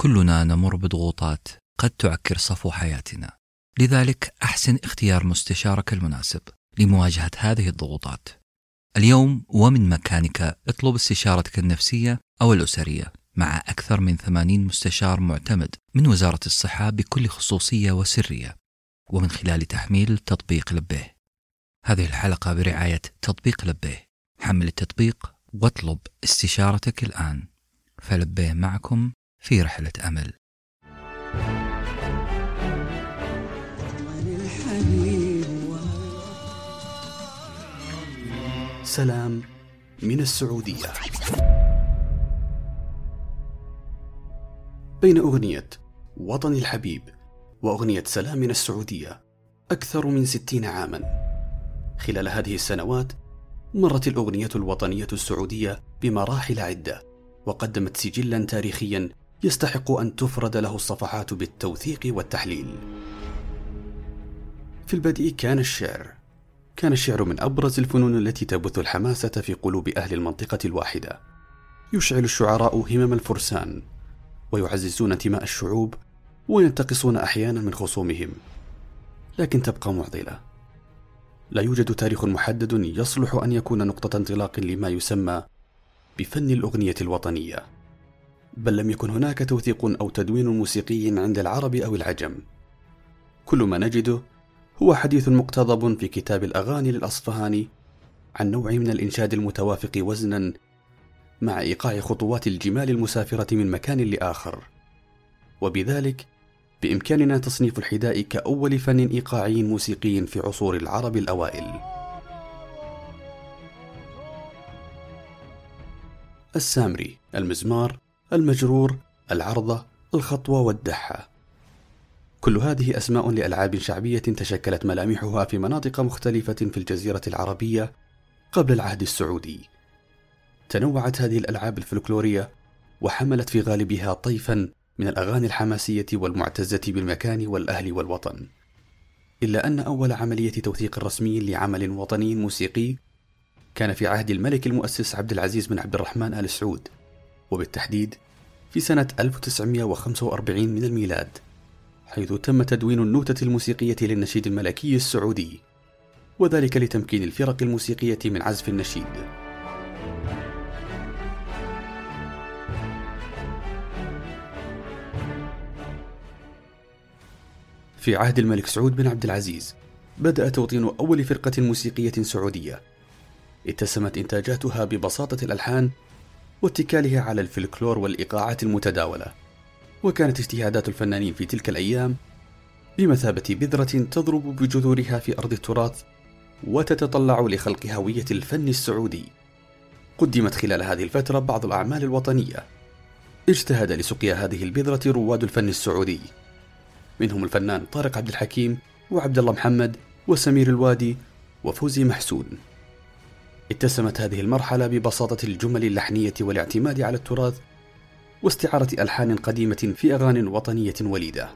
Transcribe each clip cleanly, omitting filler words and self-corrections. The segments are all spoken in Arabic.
كلنا نمر بضغوطات قد تعكر صفو حياتنا، لذلك أحسن اختيار مستشارك المناسب لمواجهة هذه الضغوطات. اليوم ومن مكانك اطلب استشارتك النفسية أو الأسرية مع أكثر من 80 مستشار معتمد من وزارة الصحة بكل خصوصية وسرية، ومن خلال تحميل تطبيق لبيه. هذه الحلقة برعاية تطبيق لبيه. حمل التطبيق واطلب استشارتك الآن، فلبيه معكم في رحلة أمل. سلام من السعودية. بين أغنية وطني الحبيب وأغنية سلام من السعودية أكثر من 60 عاما. خلال هذه السنوات مرت الأغنية الوطنية السعودية بمراحل عدة، وقدمت سجلا تاريخيا يستحق أن تفرد له الصفحات بالتوثيق والتحليل. في البدء كان الشعر من أبرز الفنون التي تبث الحماسة في قلوب أهل المنطقة الواحدة. يشعل الشعراء همم الفرسان، ويعززون انتماء الشعوب، وينتقصون أحيانا من خصومهم. لكن تبقى معضلة، لا يوجد تاريخ محدد يصلح أن يكون نقطة انطلاق لما يسمى بفن الأغنية الوطنية، بل لم يكن هناك توثيق أو تدوين موسيقي عند العرب أو العجم. كل ما نجده هو حديث مقتضب في كتاب الأغاني للأصفهاني عن نوع من الإنشاد المتوافق وزنا مع إيقاع خطوات الجمال المسافرة من مكان لآخر، وبذلك بإمكاننا تصنيف الحداء كأول فن إيقاعي موسيقي في عصور العرب الأوائل. السامري، المزمار، المجرور، العرضة، الخطوة والدحة، كل هذه أسماء لألعاب شعبية تشكلت ملامحها في مناطق مختلفة في الجزيرة العربية قبل العهد السعودي. تنوعت هذه الألعاب الفلكلورية وحملت في غالبها طيفا من الأغاني الحماسية والمعتزة بالمكان والأهل والوطن، إلا أن أول عملية توثيق رسمي لعمل وطني موسيقي كان في عهد الملك المؤسس عبد العزيز بن عبد الرحمن آل سعود، وبالتحديد في سنة 1945 من الميلاد، حيث تم تدوين النوتة الموسيقية للنشيد الملكي السعودي، وذلك لتمكين الفرق الموسيقية من عزف النشيد. في عهد الملك سعود بن عبد العزيز بدأ توطين أول فرقة موسيقية سعودية اتسمت إنتاجاتها ببساطة الألحان واتكالها على الفلكلور والإيقاعات المتداولة، وكانت اجتهادات الفنانين في تلك الأيام بمثابة بذرة تضرب بجذورها في أرض التراث وتتطلع لخلق هوية الفن السعودي. قدمت خلال هذه الفترة بعض الأعمال الوطنية اجتهد لسقيا هذه البذرة رواد الفن السعودي، منهم الفنان طارق عبد الحكيم وعبد الله محمد وسمير الوادي وفوزي محسون. اتسمت هذه المرحلة ببساطة الجمل اللحنية والاعتماد على التراث واستعارة ألحان قديمة في أغاني وطنية وليدة.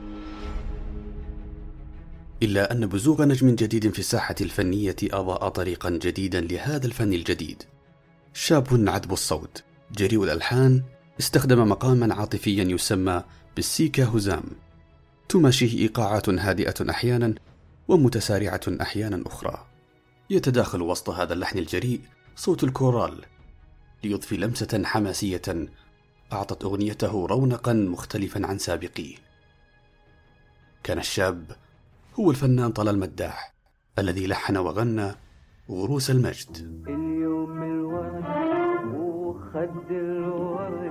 إلا أن بزوغ نجم جديد في الساحة الفنية أضاء طريقا جديدا لهذا الفن الجديد. شاب عذب الصوت جريء الألحان استخدم مقاما عاطفيا يسمى بالسيكا هزام، تماشيه إيقاعات هادئة أحيانا ومتسارعة أحيانا أخرى. يتداخل وسط هذا اللحن الجريء صوت الكورال ليضفي لمسة حماسية أعطت أغنيته رونقا مختلفا عن سابقيه. كان الشاب هو الفنان طلال مداح الذي لحن وغنى غروس المجد. اليوم الورد وخد الورد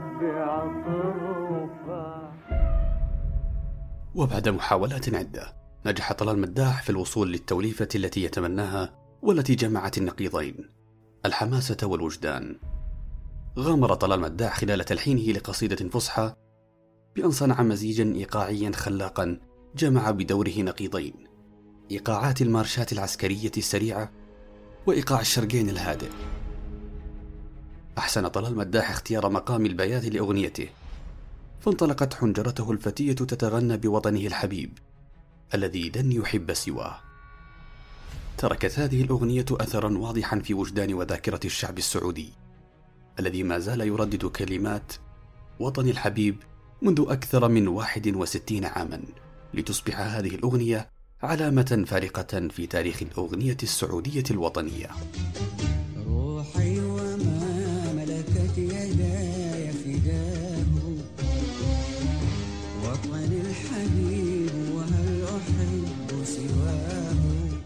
بعطرفة. وبعد محاولات عدة نجح طلال مداح في الوصول للتوليفة التي يتمناها والتي جمعت النقيضين، الحماسة والوجدان. غامر طلال مداح خلال تلحينه لقصيدة فصحى بأن صنع مزيجا إيقاعيا خلاقا جمع بدوره نقيضين، إيقاعات المارشات العسكرية السريعة وإيقاع الشرقين الهادئ. أحسن طلال مداح اختيار مقام البيات لأغنيته، فانطلقت حنجرته الفتية تتغنى بوطنه الحبيب الذي لن يحب سواه. تركت هذه الأغنية أثرا واضحا في وجدان وذاكرة الشعب السعودي الذي ما زال يردد كلمات وطني الحبيب منذ أكثر من 61 عاما، لتصبح هذه الأغنية علامة فارقة في تاريخ الأغنية السعودية الوطنية. روحي وما ملكت يداي فداه، وطني الحبيب وهل أحب سواه.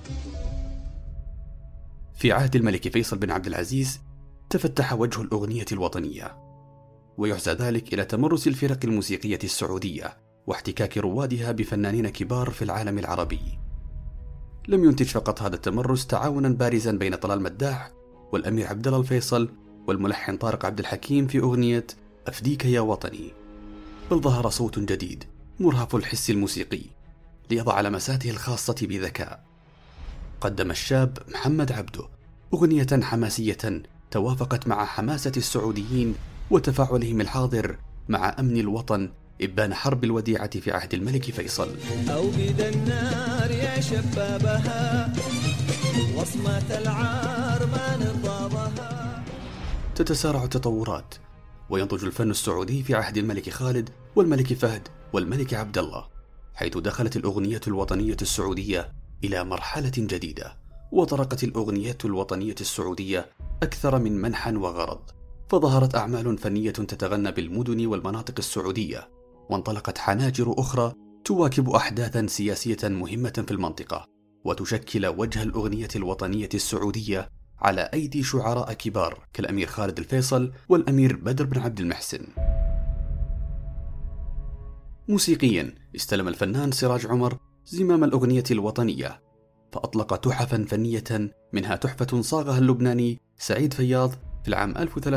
في عهد الملك فيصل بن عبد العزيز تفتح وجه الأغنية الوطنية، ويعزى ذلك إلى تمرس الفرق الموسيقية السعودية واحتكاك روادها بفنانين كبار في العالم العربي. لم ينتج فقط هذا التمرس تعاونا بارزا بين طلال مداح والأمير عبد الله الفيصل والملحن طارق عبد الحكيم في أغنية أفديك يا وطني، بل ظهر صوت جديد مرهف الحس الموسيقي ليضع لمساته الخاصة بذكاء. قدم الشاب محمد عبده أغنية حماسية توافقت مع حماسة السعوديين وتفاعلهم الحاضر مع أمن الوطن إبان حرب الوديعة في عهد الملك فيصل. أوقد النار يا شبابها، وصمة العار ما نضابها. تتسارع التطورات وينضج الفن السعودي في عهد الملك خالد والملك فهد والملك عبد الله، حيث دخلت الأغنية الوطنية السعودية إلى مرحلة جديدة، وطرقت الأغنية الوطنية السعودية أكثر من منحى وغرض، فظهرت أعمال فنية تتغنى بالمدن والمناطق السعودية، وانطلقت حناجر أخرى تواكب أحداثا سياسية مهمة في المنطقة، وتشكل وجه الأغنية الوطنية السعودية على أيدي شعراء كبار كالأمير خالد الفيصل والأمير بدر بن عبد المحسن. موسيقيا استلم الفنان سراج عمر زمام الأغنية الوطنية، فأطلق تحفا فنية، منها تحفة صاغها اللبناني سعيد فياض في العام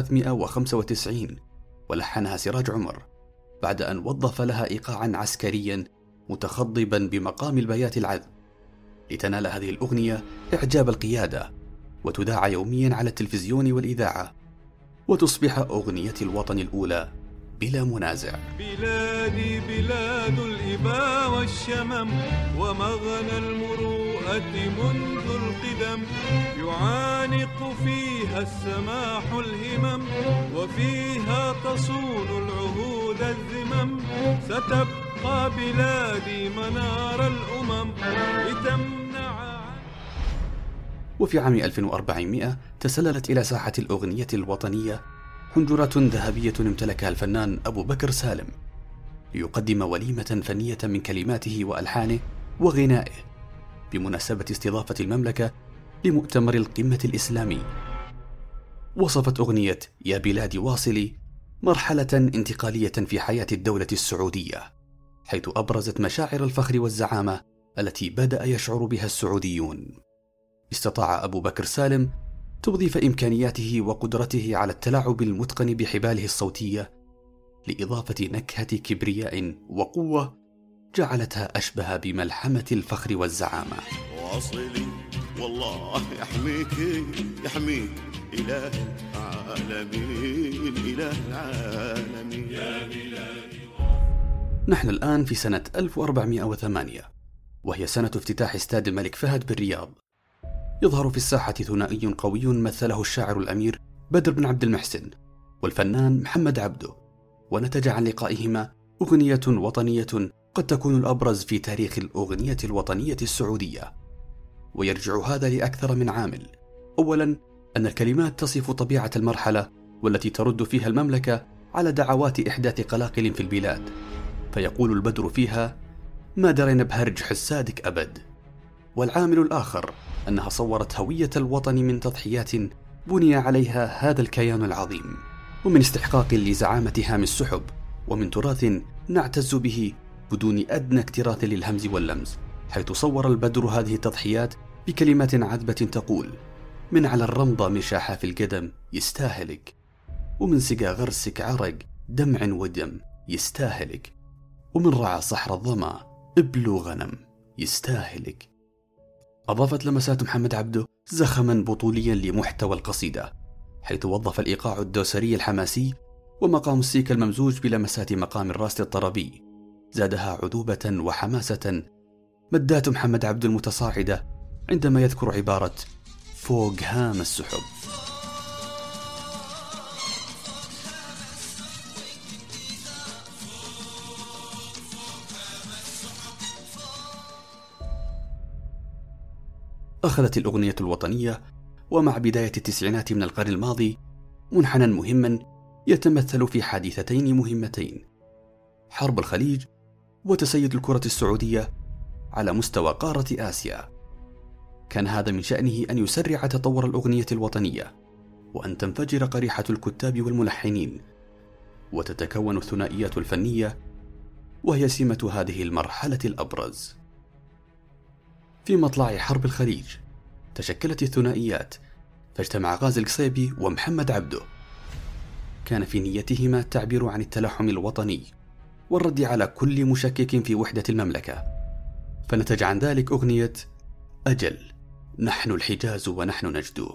1395 ولحنها سراج عمر، بعد أن وظف لها إيقاعا عسكريا متخضبا بمقام البيات العذب، لتنال هذه الأغنية إعجاب القيادة وتذاع يوميا على التلفزيون والإذاعة، وتصبح أغنية الوطن الأولى بلا منازع. بلادي بلاد الإباء والشمم، ومغنى المروءة منذ القدم، يعانق فيها السماح الهمم، وفيها تصون العهود الذمم، ستبقى بلادي منار الأمم لتمنع. وفي عام 1400 تسللت إلى ساحة الأغنية الوطنية حنجرة ذهبية امتلكها الفنان أبو بكر سالم، ليقدم وليمة فنية من كلماته وألحانه وغنائه بمناسبة استضافة المملكة لمؤتمر القمة الإسلامي. وصفت أغنية يا بلادي واصلي مرحلة انتقالية في حياة الدولة السعودية، حيث أبرزت مشاعر الفخر والزعامة التي بدأ يشعر بها السعوديون. استطاع أبو بكر سالم توظيف إمكانياته وقدرته على التلاعب المتقن بحباله الصوتية لإضافة نكهة كبرياء وقوة جعلتها أشبه بملحمة الفخر والزعامة. واصلي والله يحميك يحميك إله العالمين إله العالمين يا بلادي. نحن الآن في سنة 1408، وهي سنة افتتاح استاد الملك فهد بالرياض. يظهر في الساحة ثنائي قوي مثله الشاعر الأمير بدر بن عبد المحسن والفنان محمد عبده، ونتج عن لقائهما أغنية وطنية قد تكون الأبرز في تاريخ الأغنية الوطنية السعودية. ويرجع هذا لأكثر من عامل. أولا، أن الكلمات تصف طبيعة المرحلة والتي ترد فيها المملكة على دعوات إحداث قلاقل في البلاد، فيقول البدر فيها ما درينا بهرج حسادك أبد. والعامل الآخر أنها صورت هوية الوطن من تضحيات بني عليها هذا الكيان العظيم، ومن استحقاق لزعامة هام السحب، ومن تراث نعتز به بدون أدنى اكتراث للهمز واللمز، حيث صور البدر هذه التضحيات بكلمات عذبة تقول من على الرمضة من شاحاف القدم يستاهلك، ومن سقى غرسك عرق دمع ودم يستاهلك، ومن رعى صحر الظما ابلو غنم يستاهلك. أضافت لمسات محمد عبده زخما بطوليا لمحتوى القصيدة، حيث وظف الإيقاع الدوسري الحماسي ومقام السيك الممزوج بلمسات مقام الراس الطربي، زادها عذوبة وحماسة مدات محمد عبده المتصاعدة عندما يذكر عبارة فوق هام السحب. أخذت الأغنية الوطنية ومع بداية التسعينات من القرن الماضي منحنى مهما يتمثل في حادثتين مهمتين: حرب الخليج وتسيد الكرة السعودية على مستوى قارة آسيا. كان هذا من شأنه أن يسرع تطور الأغنية الوطنية وأن تنفجر قريحة الكتاب والملحنين وتتكون الثنائيات الفنية، وهي سمة هذه المرحلة الأبرز. في مطلع حرب الخليج تشكلت الثنائيات، فاجتمع غازي القصيبي ومحمد عبده. كان في نيتهما التعبير عن التلاحم الوطني والرد على كل مشكك في وحدة المملكة، فنتج عن ذلك أغنية أجل نحن الحجاز ونحن نجدو.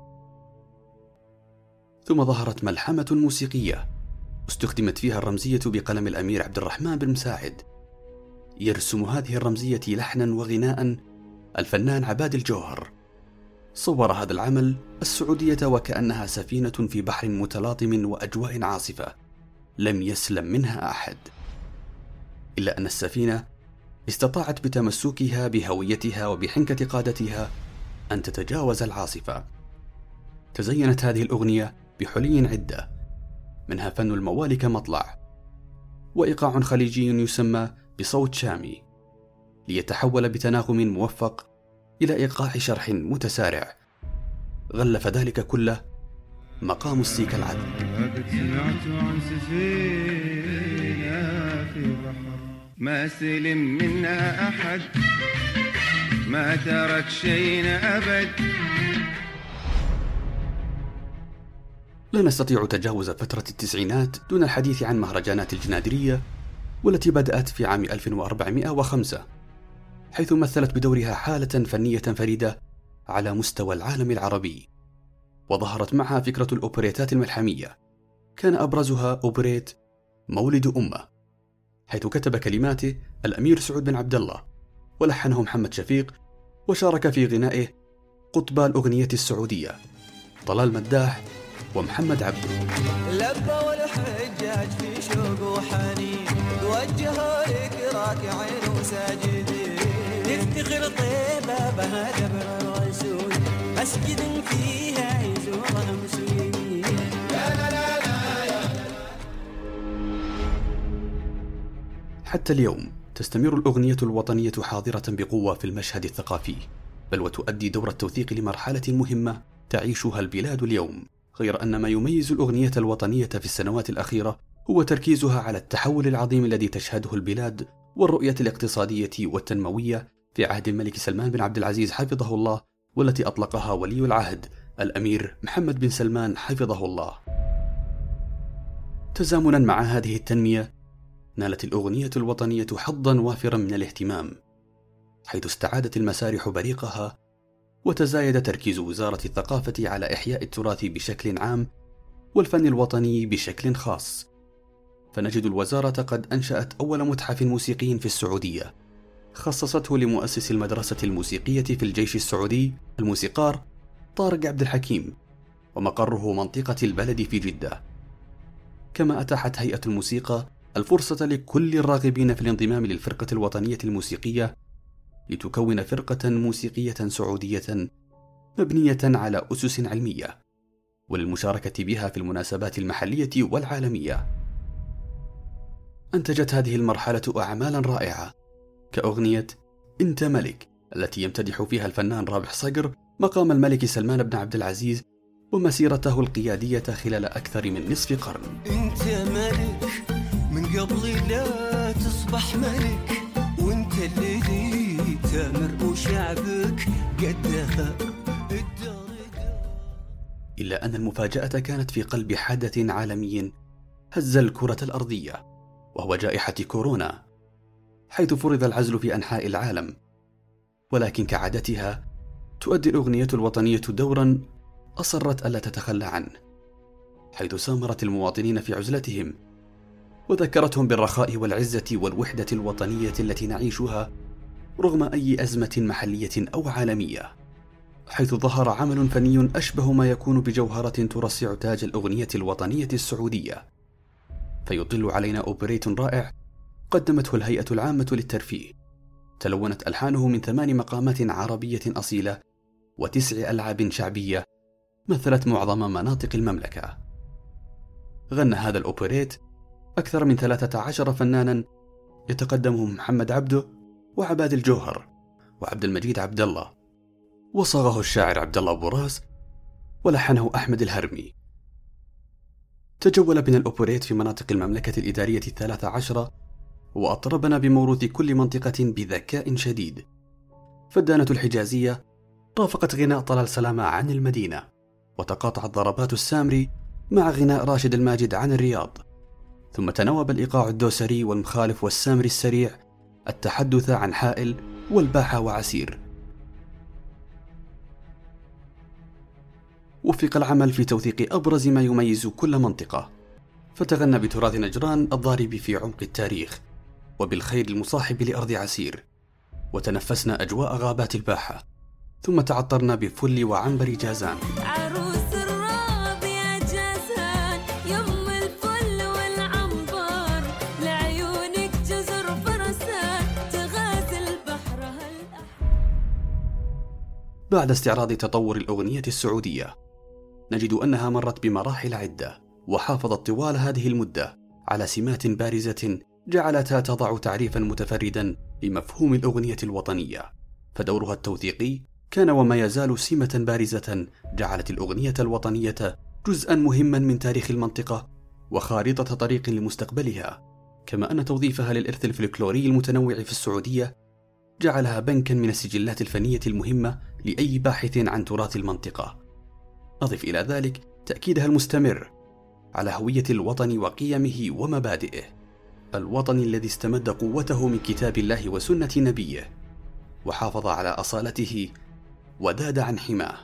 ثم ظهرت ملحمة موسيقية استخدمت فيها الرمزية بقلم الأمير عبد الرحمن بن مساعد. يرسم هذه الرمزية لحنا وغناء الفنان عباد الجوهر. صور هذا العمل السعودية وكأنها سفينة في بحر متلاطم وأجواء عاصفة لم يسلم منها أحد، إلا أن السفينة استطاعت بتمسكها بهويتها وبحنكة قادتها أن تتجاوز العاصفة. تزينت هذه الأغنية بحلي عدة، منها فن الموال كمطلع، وإيقاع خليجي يسمى بصوت شامي، ليتحول بتناغم موفق إلى إيقاع شرح متسارع غلف ذلك كله مقام السيك العذب. سمعت عن سفينة في بحر ما سلم منها أحد، ما ترك شيء أبد. لا نستطيع تجاوز فترة التسعينات دون الحديث عن مهرجانات الجنادرية، والتي بدأت في عام 1405، حيث مثلت بدورها حالة فنية فريدة على مستوى العالم العربي، وظهرت معها فكرة الأوبريتات الملحمية. كان أبرزها أوبريت مولد أمة، حيث كتب كلماته الأمير سعود بن عبد الله ولحنه محمد شفيق، وشارك في غنائه قطبا الأغنية السعودية طلال مداح ومحمد عبده. لبى والحجاج في شوق وحنين توجهوا لك راكعين وساجدين، نفتخر طيبة بها دبر الرسول مسجد فيها يزوره مسلمين. حتى اليوم تستمر الأغنية الوطنية حاضرة بقوة في المشهد الثقافي، بل وتؤدي دور التوثيق لمرحلة مهمة تعيشها البلاد اليوم. غير أن ما يميز الأغنية الوطنية في السنوات الأخيرة هو تركيزها على التحول العظيم الذي تشهده البلاد والرؤية الاقتصادية والتنموية في عهد الملك سلمان بن عبد العزيز حفظه الله، والتي أطلقها ولي العهد الأمير محمد بن سلمان حفظه الله. تزامنا مع هذه التنمية نالت الأغنية الوطنية حظا وافرا من الاهتمام، حيث استعادت المسارح بريقها، وتزايد تركيز وزارة الثقافة على إحياء التراث بشكل عام والفن الوطني بشكل خاص. فنجد الوزارة قد أنشأت أول متحف موسيقي في السعودية، خصصته لمؤسس المدرسة الموسيقية في الجيش السعودي الموسيقار طارق عبد الحكيم، ومقره منطقة البلد في جدة. كما أتاحت هيئة الموسيقى الفرصة لكل الراغبين في الانضمام للفرقة الوطنية الموسيقية لتكون فرقة موسيقية سعودية مبنية على أسس علمية، وللمشاركة بها في المناسبات المحلية والعالمية. أنتجت هذه المرحلة أعمالا رائعة كأغنية أنت ملك، التي يمتدح فيها الفنان رابح صقر مقام الملك سلمان بن عبد العزيز ومسيرته القيادية خلال أكثر من نصف قرن. انت ملك من قبل لا تصبح ملك، وانت الذي تامر وشعبك قدها. إلا أن المفاجأة كانت في قلب حدث عالمي هز الكرة الأرضية، وهو جائحة كورونا، حيث فرض العزل في أنحاء العالم. ولكن كعادتها تؤدي الأغنية الوطنية دورا أصرت ألا تتخلى عنه، حيث سامرت المواطنين في عزلتهم وذكرتهم بالرخاء والعزة والوحدة الوطنية التي نعيشها رغم أي أزمة محلية أو عالمية، حيث ظهر عمل فني أشبه ما يكون بجوهرة ترصع تاج الأغنية الوطنية السعودية. فيطل علينا أوبريت رائع قدمته الهيئة العامة للترفيه، تلونت ألحانه من 8 مقامات عربية أصيلة و9 ألعاب شعبية مثلت معظم مناطق المملكة. غنى هذا الأوبريت أكثر من 13 فنانا يتقدمهم محمد عبده وعباد الجوهر وعبد المجيد عبد الله، وصاغه الشاعر عبد الله أبو راس، ولحنه أحمد الهرمي. تجول بنا الأوبريت في مناطق المملكة الإدارية 13 وأطربنا بموروث كل منطقة بذكاء شديد. فالدانة الحجازية رافقت غناء طلال سلامة عن المدينة، وتقاطعت ضربات السامري مع غناء راشد الماجد عن الرياض، ثم تناوب الإيقاع الدوسري والمخالف والسامري السريع التحدث عن حائل والباحة وعسير. وفق العمل في توثيق أبرز ما يميز كل منطقة، فتغنى بتراث نجران الضارب في عمق التاريخ وبالخير المصاحب لأرض عسير، وتنفسنا أجواء غابات الباحة، ثم تعطرنا بفل وعنبر جازان. عروس الراض يا جازان، يم الفل والعنبر، لعيونك جزر فرسان، تغازل بحرها الأحمر. بعد استعراض تطور الأغنية السعودية، نجد أنها مرت بمراحل عدة، وحافظت طوال هذه المدة على سمات بارزة جعلتها تضع تعريفا متفردا لمفهوم الأغنية الوطنية. فدورها التوثيقي كان وما يزال سمة بارزة جعلت الأغنية الوطنية جزءا مهما من تاريخ المنطقة وخارطة طريق لمستقبلها، كما أن توظيفها للإرث الفلكلوري المتنوع في السعودية جعلها بنكا من السجلات الفنية المهمة لأي باحث عن تراث المنطقة. أضف إلى ذلك تأكيدها المستمر على هوية الوطن وقيمه ومبادئه، الوطن الذي استمد قوته من كتاب الله وسنة نبيه، وحافظ على أصالته وداد عن حماه.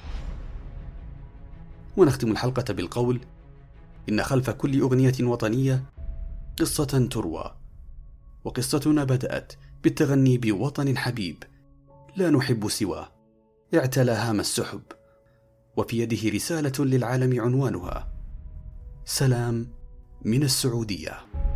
ونختم الحلقة بالقول: إن خلف كل أغنية وطنية قصة تروى، وقصتنا بدأت بالتغني بوطن حبيب لا نحب سواه، اعتلى هام السحب، وفي يده رسالة للعالم عنوانها: سلام من السعودية.